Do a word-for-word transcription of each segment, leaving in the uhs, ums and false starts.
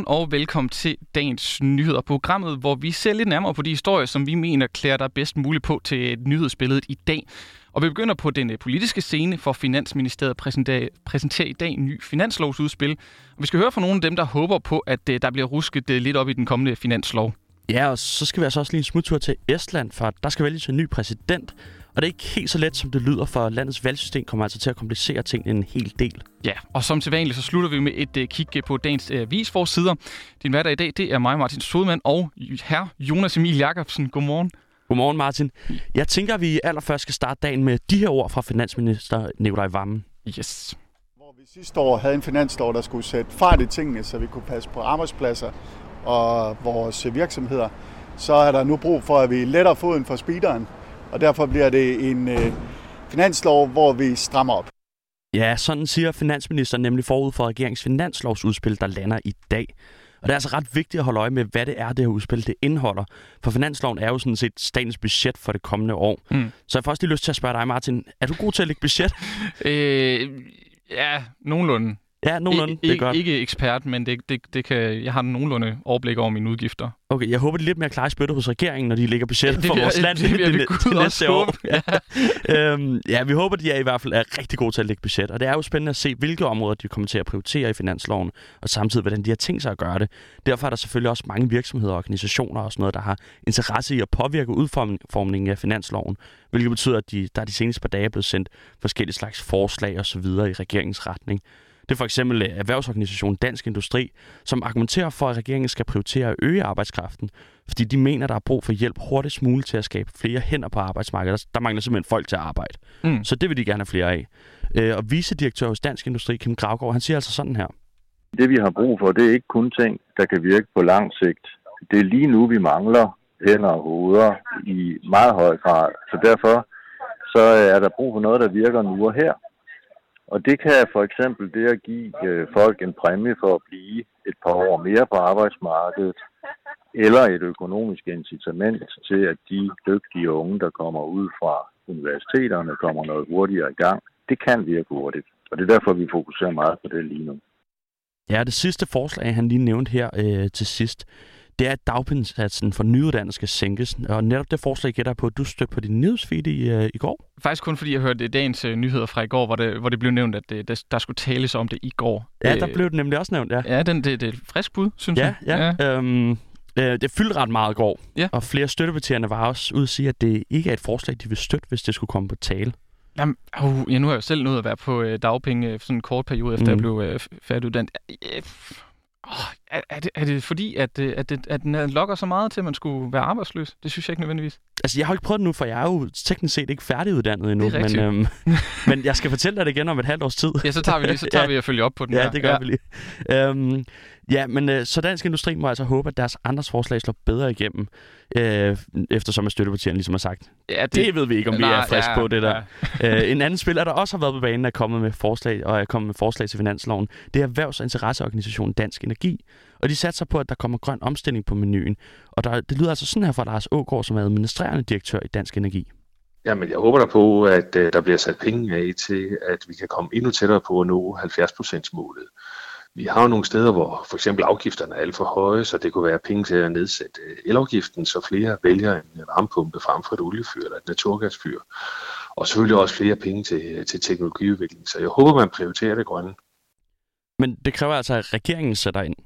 og velkommen til dagens nyheder, programmet, hvor vi ser lidt nærmere på de historier, som vi mener klæder dig bedst muligt på til nyhedsbilledet i dag. Og vi begynder på den politiske scene, for Finansministeriet præsenterer, præsenterer i dag en ny finanslovsudspil. Og vi skal høre fra nogle af dem, der håber på, at der bliver rusket lidt op i den kommende finanslov. Ja, og så skal vi altså også lige en smuttur til Estland, for der skal vælges en ny præsident. Og det er ikke helt så let, som det lyder, for landets valgsystem kommer altså til at komplicere tingene en hel del. Ja, og som sædvanligt, så slutter vi med et uh, kig på dagens uh, avisforsider. Din hverdag i dag, det er mig, Martin Sodemann, og herr Jonas Emil Jakobsen. Godmorgen. Godmorgen, Martin. Jeg tænker, at vi allerførst skal starte dagen med de her ord fra finansminister Nicolai Wammen. Yes. Hvor vi sidste år havde en finanslov, der skulle sætte fart i tingene, så vi kunne passe på arbejdspladser og vores virksomheder, så er der nu brug for, at vi letter foden for speederen. Og derfor bliver det en øh, finanslov, hvor vi strammer op. Ja, sådan siger finansministeren nemlig forud for regeringens finanslovsudspil, der lander i dag. Og det er altså ret vigtigt at holde øje med, hvad det er, det her udspil det indeholder. For finansloven er jo sådan set statens budget for det kommende år. Mm. Så jeg får også lige lyst til at spørge dig, Martin. Er du god til at lægge budget? øh, ja, nogenlunde. Ja, nogenlunde. I, det er ikke, godt. Ikke ekspert, men det, det, det kan, jeg har nogenlunde overblik over mine udgifter. Okay, jeg håber, det er lidt mere klar i spyttet hos regeringen, når de lægger budget for det, vores land det, det, det, det, det, det næste år. Ja. øhm, ja, vi håber, de er i hvert fald er rigtig gode til at lægge budget. Og det er jo spændende at se, hvilke områder de kommer til at prioritere i finansloven, og samtidig, hvordan de har tænkt sig at gøre det. Derfor er der selvfølgelig også mange virksomheder og organisationer og sådan noget, der har interesse i at påvirke udformningen af finansloven, hvilket betyder, at de, der de seneste par dage er blevet sendt forskellige slags forslag og så videre i regeringens retning. Det er for eksempel erhvervsorganisationen Dansk Industri, som argumenterer for, at regeringen skal prioritere at øge arbejdskraften, fordi de mener, der er brug for hjælp hurtigst muligt til at skabe flere hænder på arbejdsmarkedet. Der mangler simpelthen folk til at arbejde. Mm. Så det vil de gerne have flere af. Og vicedirektør hos Dansk Industri, Kim Gravgaard, han siger altså sådan her. Det vi har brug for, det er ikke kun ting, der kan virke på lang sigt. Det er lige nu, vi mangler hænder og hoveder i meget høj grad. Så derfor så er der brug for noget, der virker nu og her. Og det kan for eksempel det at give øh, folk en præmie for at blive et par år mere på arbejdsmarkedet, eller et økonomisk incitament til, at de dygtige unge, der kommer ud fra universiteterne, kommer noget hurtigere i gang. Det kan virke hurtigt, og det er derfor, vi fokuserer meget på det lige nu. Ja, det sidste forslag, han lige nævnte her øh, til sidst, det er, at dagpengesatsen for nyuddannede skal sænkes. Og netop det forslag gætter på, at du stødte på din newsfeed i, øh, i går. Faktisk kun fordi jeg hørte dagens øh, nyheder fra i går, hvor det, hvor det blev nævnt, at det, der skulle tales om det i går. Ja, der blev det nemlig også nævnt, ja. Ja, den, det, det er et frisk bud, synes ja, jeg. Ja, ja. Øhm, øh, det fyldte ret meget i går. Ja. Og flere støttepartierne var også ude at sige, at det ikke er et forslag, de vil støtte, hvis det skulle komme på tale. Jamen, uh, ja, nu har jeg jo selv nået at være på øh, dagpenge for sådan en kort periode, efter mm. jeg blev øh, færdiguddannet. Øh, Oh, er, er, det, er det fordi, at, at, det, at den lokker så meget til, at man skulle være arbejdsløs? Det synes jeg ikke nødvendigvis. Altså, jeg har ikke prøvet det nu, for jeg er jo teknisk set ikke færdiguddannet endnu. Det er rigtigt. Men, øhm, men jeg skal fortælle dig det igen om et halvt års tid. Ja, så tager vi lige, så tager ja. vi at følge op på den Ja, her. det gør ja. vi lige. Øhm, ja, men øh, så Dansk Industri må altså håbe, at deres andres forslag slår bedre igennem, øh, eftersom at støttepartierne ligesom har sagt. Ja, det, det ved vi ikke, om Nej, vi er friske ja, på, det der. Ja. øh, en anden spiller, der også har været på banen, er kommet med forslag, og er kommet med forslag til finansloven, det er erhvervs- og interesseorganisationen Dansk Energi. Og de satser på, at der kommer grøn omstilling på menuen. Og der, det lyder altså sådan her fra Lars Aagaard, som er administrerende direktør i Dansk Energi. Jamen, jeg håber da på, at uh, der bliver sat penge af til, at vi kan komme endnu tættere på at nå halvfjerds procent målet. Vi har jo nogle steder, hvor for eksempel afgifterne er alt for høje, så det kunne være penge til at nedsætte elafgiften, så flere vælger en varmepumpe frem for et oliefyr eller et naturgasfyr. Og selvfølgelig også flere penge til, til teknologiudvikling. Så jeg håber, man prioriterer det grønne. Men det kræver altså, at regeringen sætter ind.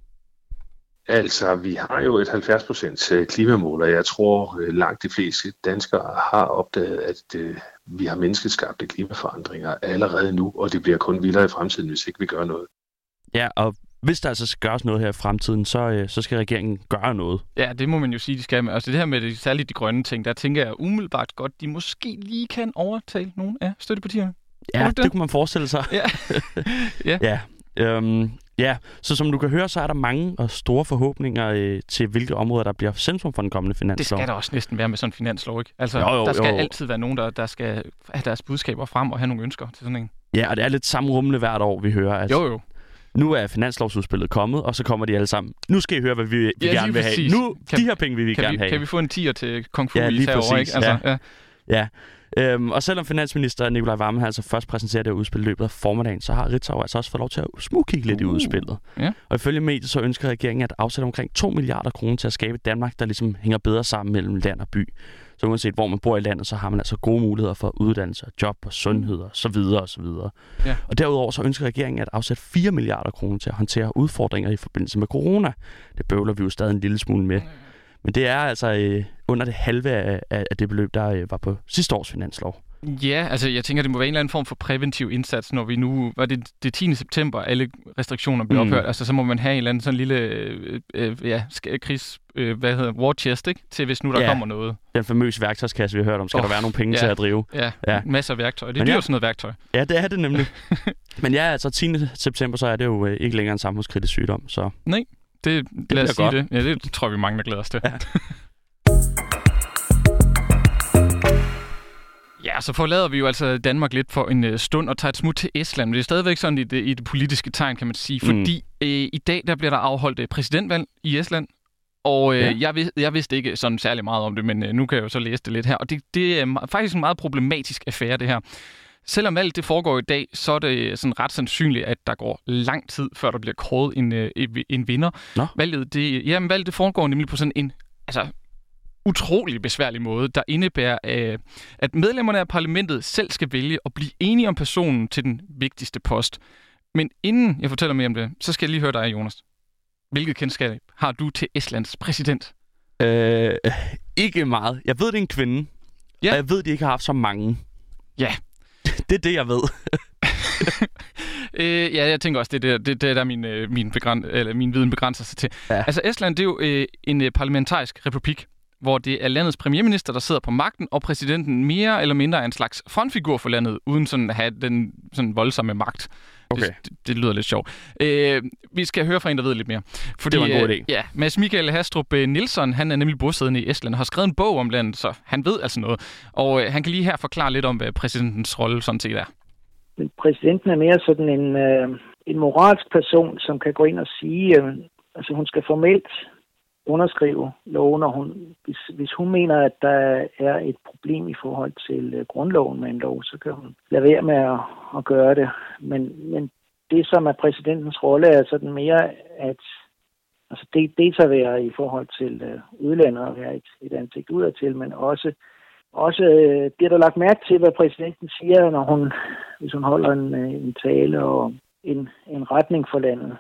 Altså, vi har jo et halvfjerds procent klimamål, og jeg tror langt de fleste danskere har opdaget, at øh, vi har menneskeskabte klimaforandringer allerede nu, og det bliver kun vildere i fremtiden, hvis ikke vi gør noget. Ja, og hvis der altså skal gøres noget her i fremtiden, så, øh, så skal regeringen gøre noget. Ja, det må man jo sige, de skal. Altså det her med det, særligt de grønne ting, der tænker jeg umiddelbart godt, de måske lige kan overtale nogle af støttepartierne. Ja, det? det kunne man forestille sig. Ja. ja. ja. Øhm, ja, så som du kan høre, så er der mange og store forhåbninger øh, til, hvilke områder, der bliver centrum for den kommende finanslov. Det skal der også næsten være med sådan en finanslov, ikke? Altså, jo, jo, der skal jo. altid være nogen, der, der skal have deres budskaber frem og have nogle ønsker til sådan en. Ja, og det er lidt samrumlende hvert år, vi hører. Altså, jo, jo. Nu er finanslovsudspillet kommet, og så kommer de alle sammen. Nu skal I høre, hvad vi, vi ja, gerne vil præcis. have. Nu, kan, de her penge vil vi kan gerne vi, have. Kan vi få en tier til Kong Fu ja, lige herovre, præcis. ikke? Altså, ja. ja. ja. Øhm, og selvom finansminister Nicolai Wammen altså først præsenterer det udspil i løbet af formiddagen, så har Ritzau altså også fået lov til at smugkigge lidt uh. i udspillet. Ja. Og ifølge mediet så ønsker regeringen at afsætte omkring to milliarder kroner til at skabe et Danmark, der ligesom hænger bedre sammen mellem land og by. Så uanset hvor man bor i landet, så har man altså gode muligheder for uddannelse, job og sundhed og så videre og så videre. Ja. Og derudover så ønsker regeringen at afsætte fire milliarder kroner til at håndtere udfordringer i forbindelse med corona. Det bøvler vi jo stadig en lille smule med. Men det er altså øh, under det halve af, af det beløb, der øh, var på sidste års finanslov. Ja, altså jeg tænker, det må være en eller anden form for præventiv indsats, når vi nu, var det det tiende september, alle restriktioner blev mm. ophørt, altså så må man have en eller anden sådan lille øh, øh, ja, krigs, øh, hvad hedder war chest, ikke? Til hvis nu der ja. kommer noget. Den famøse værktøjskasse, vi har hørt om, skal oh, der være nogle penge ja. til at drive. Ja, ja. masser af værktøj. Det er dyrt sådan noget værktøj. Ja, det er det nemlig. Men ja, altså tiende september, så er det jo øh, ikke længere en samfundskritisk sygdom, så... Nej, det, det lad os sige godt. det. Ja, det tror vi mange, der glæder os til. Ja. Ja, så forlader vi jo altså Danmark lidt for en stund og tager et smut til Estland. Men det er stadigvæk sådan i det, i det politiske tegn, kan man sige. Mm. Fordi øh, i dag der bliver der afholdt øh, præsidentvalg i Estland. Og øh, ja. jeg, vid, jeg vidste ikke sådan særlig meget om det, men øh, nu kan jeg jo så læse det lidt her. Og det, det er faktisk en meget problematisk affære, det her. Selvom valget det foregår i dag, så er det sådan ret sandsynligt, at der går lang tid, før der bliver kåret en, øh, en vinder. Nå. Valget, det, jamen, valget det foregår nemlig på sådan en... Altså, utrolig besværlig måde, der indebærer, øh, at medlemmerne af parlamentet selv skal vælge at blive enige om personen til den vigtigste post. Men inden jeg fortæller mere om det, så skal jeg lige høre dig, Jonas. Hvilket kendskab har du til Estlands præsident? Øh, ikke meget. Jeg ved, det er en kvinde, ja. Og jeg ved, de ikke har haft så mange. Ja. Det er det, jeg ved. øh, ja, jeg tænker også, det er det, det, det der min, øh, min, begræn, eller min viden begrænser sig til. Ja. Altså, Estland, det er jo øh, en øh, parlamentarisk republik, hvor det er landets premierminister, der sidder på magten, og præsidenten mere eller mindre er en slags frontfigur for landet, uden sådan at have den sådan voldsomme magt. Okay. Det, det, det lyder lidt sjovt. Øh, vi skal høre fra en, der ved lidt mere. Fordi, det var en god idé. Øh, ja, Mads Michael Hastrup Nielsen, han er nemlig bosiddende i Estland og har skrevet en bog om landet, så han ved altså noget. Og øh, han kan lige her forklare lidt om, hvad præsidentens rolle sådan set er. Men præsidenten er mere sådan en, øh, en moralsk person, som kan gå ind og sige, øh, altså hun skal formelt underskrive loven, og hun, hvis, hvis hun mener, at der er et problem i forhold til uh, grundloven med en lov, så kan hun lade være med at, at gøre det. Men, men det, som er præsidentens rolle, er sådan mere, at altså det, dels at være i forhold til uh, udlandet og være et, et ansigt udadtil, men også, også uh, bliver der lagt mærke til, hvad præsidenten siger, når hun, hvis hun holder en, en tale og en, en retning for landet.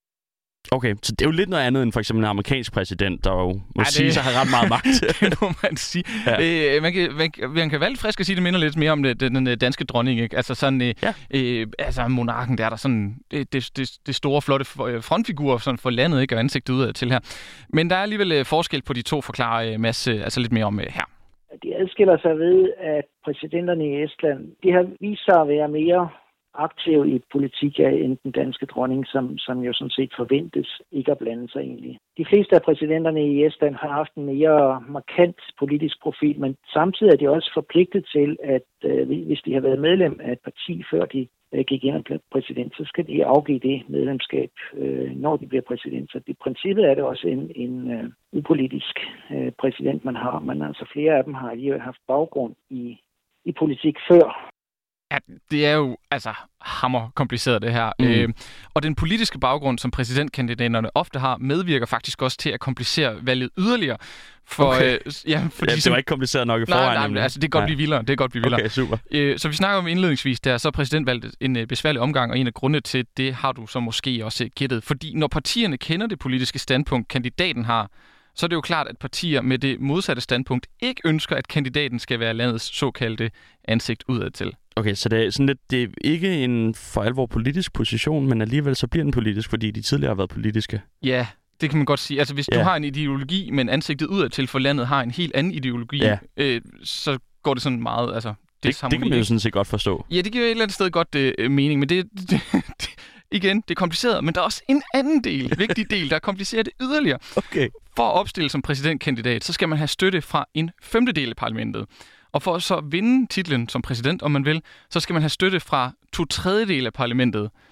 Okay, så det er jo lidt noget andet end for eksempel en amerikansk præsident, der jo må ja, det... sige sig har ret meget magt. Det må man sige. Ja. Øh, man, kan, man, man kan være lidt frisk at sige, det minder lidt mere om det, den, den danske dronning, ikke? Altså sådan, øh, ja. øh, altså monarken, der er der sådan det, det, det, det store, flotte frontfigur sådan for landet, ikke? Og ansigtet ud til her. Men der er alligevel øh, forskel på de to, forklarer øh, Mads øh, altså lidt mere om øh, her. De adskiller sig ved, at præsidenterne i Estland, de har vist sig at være mere aktiv i politik end den danske dronning, som, som jo sådan set forventes ikke at blande sig egentlig. De fleste af præsidenterne i Estland har haft en mere markant politisk profil, men samtidig er de også forpligtet til, at øh, hvis de har været medlem af et parti, før de øh, gik ind og blev præsident, så skal de afgive det medlemskab, øh, når de bliver præsident. Så i princippet er det også en, en øh, upolitisk øh, præsident, man har, men altså flere af dem har lige haft baggrund i, i politik før. Ja, det er jo altså hammer kompliceret det her. Mm. Øh, og den politiske baggrund, som præsidentkandidaterne ofte har, medvirker faktisk også til at komplicere valget yderligere. For, okay. øh, ja, fordi, ja, det var ikke kompliceret nok i forvejen. Nej, nej, altså det kan godt blive vildere. Det kan godt blive vildere. Okay, super. Øh, så vi snakker om indledningsvis, der er så præsidentvalget en øh, besværlig omgang, og en af grundene til det har du så måske også gættet. Fordi når partierne kender det politiske standpunkt, kandidaten har, så er det jo klart, at partier med det modsatte standpunkt ikke ønsker, at kandidaten skal være landets såkaldte ansigt udadtil. Okay, så det er sådan lidt, det er ikke en for alvor politisk position, men alligevel så bliver den politisk, fordi de tidligere har været politiske. Ja, det kan man godt sige. Altså hvis ja. du har en ideologi, men ansigtet udadtil for landet har en helt anden ideologi, ja. øh, så går det sådan meget, altså det, det, det kan man jo sådan set godt forstå. Ja, det giver et eller andet sted godt øh, mening, men det, det, det igen, det er kompliceret, men der er også en anden del, vigtig del, der komplicerer det yderligere. Okay. For at opstille som præsidentkandidat, så skal man have støtte fra en femtedel af parlamentet. Og for at så vinde titlen som præsident, om man vil, så skal man have støtte fra to tredjedel af parlamentet.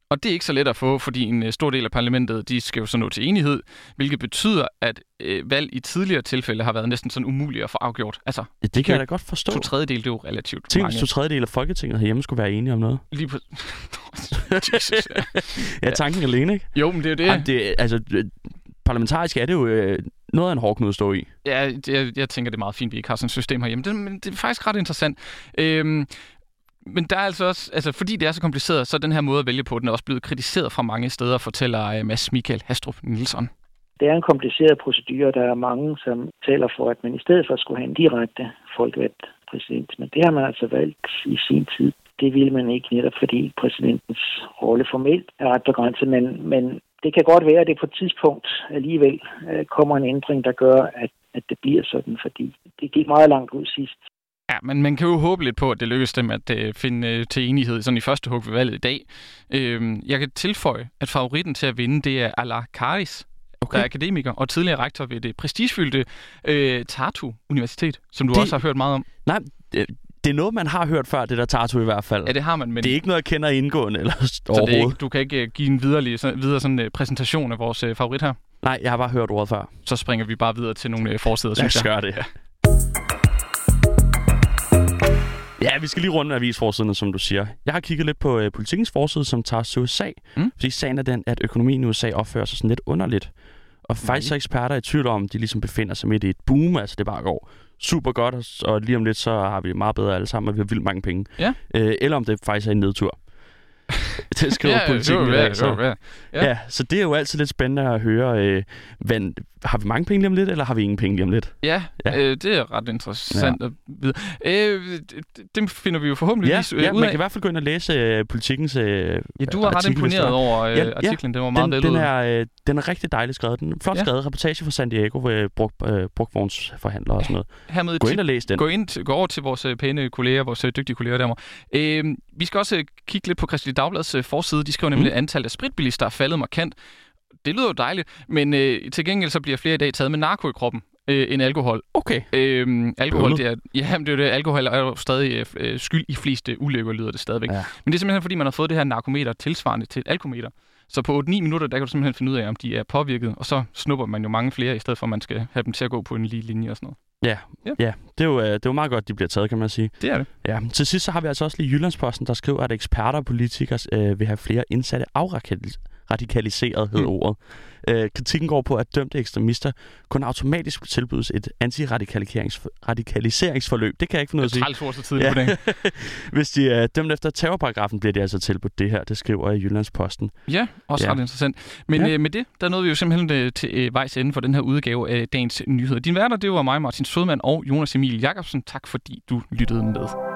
Og det er ikke så let at få, fordi en stor del af parlamentet, de skal jo så nå til enighed, hvilket betyder, at øh, valg i tidligere tilfælde har været næsten sådan umuligt at få afgjort. Altså, ja, det kan jeg da godt forstå. To tredjedel, det er jo relativt Tænk, mange. hvis to tredjedel af Folketinget herhjemme skulle være enige om noget. Lige på... Jesus, ja. ja, tanken alene, ikke? Jo, men det er jo det. Ej, det altså, parlamentarisk er det jo øh, noget af en hårdknude at stå i. Ja, det, jeg, jeg tænker, det er meget fint, vi ikke har sådan et system herhjemme. Det, men det er faktisk ret interessant. Øhm, Men der er altså også, altså fordi det er så kompliceret, så er den her måde at vælge på, den er også blevet kritiseret fra mange steder, fortæller Mads Michael Hastrup Nielsen. Det er en kompliceret procedure, der er mange, som taler for, at man i stedet for skulle have en direkte folkevalgt præsident. Men det har man altså valgt i sin tid. Det ville man ikke netop, fordi præsidentens rolle formelt er ret begrænset, men, men det kan godt være, at det på et tidspunkt alligevel øh, kommer en ændring, der gør, at, at det bliver sådan, fordi det gik meget langt ud sidst. Ja, men man kan jo håbe lidt på, at det lykkes dem at uh, finde uh, til enighed sådan i første hug ved valget i dag. Uh, jeg kan tilføje, at favoritten til at vinde, det er Ala Karis, okay. Der er akademiker og tidligere rektor ved det prestigefyldte uh, Tartu Universitet, som du det... også har hørt meget om. Nej, det, det er noget, man har hørt før, det der Tartu i hvert fald. Ja, det har man. Men... Det er ikke noget, jeg kender indgående eller så overhovedet. Det er ikke, du kan ikke uh, give en videre, sådan, videre sådan, uh, præsentation af vores uh, favorit her? Nej, jeg har bare hørt ordet før. Så springer vi bare videre til nogle uh, forsider, synes jeg. Lad os gøre det. Ja. Ja, vi skal lige runde avisforsiderne, som du siger. Jeg har kigget lidt på uh, Politikens forside, som tager til U S A. Mm. Fordi sagen er den, at økonomien i U S A opfører sig sådan lidt underligt. Og mm. faktisk er eksperter i tvivl om, de ligesom befinder sig midt i et boom. Altså, det bare går super godt, og, og lige om lidt, så har vi meget bedre alle sammen, og vi har vildt mange penge. Ja. Uh, eller om det faktisk er en nedtur. Det skriver ja, Politikken i dag. Så. Ja. ja, så det er jo altid lidt spændende at høre, øh, hvad, har vi mange penge lige om lidt, eller har vi ingen penge lige om lidt? Ja, ja. Øh, det er ret interessant ja. at vide. Øh, det, det finder vi jo forhåbentligvis ja, øh, ja, ud af. Man kan i hvert fald gå ind og læse øh, Politikens øh, Ja, du er ret imponeret over øh, ja, artiklen. Den var meget den, vel den, er, øh, den er rigtig dejligt skrevet. Den er flot ja. skrevet. Reportage fra San Diego, ved brug, øh, brugvognsforhandlere og sådan noget. Hermed gå ind og læs den. Gå, ind, gå over til vores pæne kolleger, vores dygtige kolleger derovre. Øh, vi skal også kigge lidt på Kristeligt Dagbladets øh, forside. De skriver nemlig, mm. at antallet af spritbilister er faldet markant. Det lyder jo dejligt, men øh, til gengæld så bliver flere i dag taget med narko i kroppen øh, end alkohol. Okay. Øhm, alkohol, det er, ja, det er det. Alkohol er jo stadig øh, skyld i fleste ulykker, lyder det stadigvæk. Ja. Men det er simpelthen, fordi man har fået det her narkometer tilsvarende til et alkometer. Så på otte ni minutter, der kan du simpelthen finde ud af, om de er påvirket, og så snupper man jo mange flere, i stedet for, at man skal have dem til at gå på en lige linje og sådan noget. Ja, ja. ja. Det, er jo, det er jo meget godt, de bliver taget, kan man sige. Det er det. Ja. Til sidst så har vi altså også lige Jyllandsposten, der skriver, at eksperter og politikere øh, vil have flere indsatte afradikaliseret, hed mm. ordet. Øh, kritikken går på, at dømte ekstremister kun automatisk tilbydes et antiradikaliseringsforløb. Det kan jeg ikke finde ud af at sige. Det er så tidligt på dagen. Hvis de er dømt efter terrorparagrafen, bliver de altså tilbudt det her. Det skriver Jyllandsposten. Ja, også ja. ret interessant. Men ja. øh, med det, der nåede vi jo simpelthen øh, til øh, vejs ende for den her udgave af Dagens Nyheder. Din værter, det var mig, Martin Sødman og Jonas Emil Jakobsen. Tak fordi du lyttede med.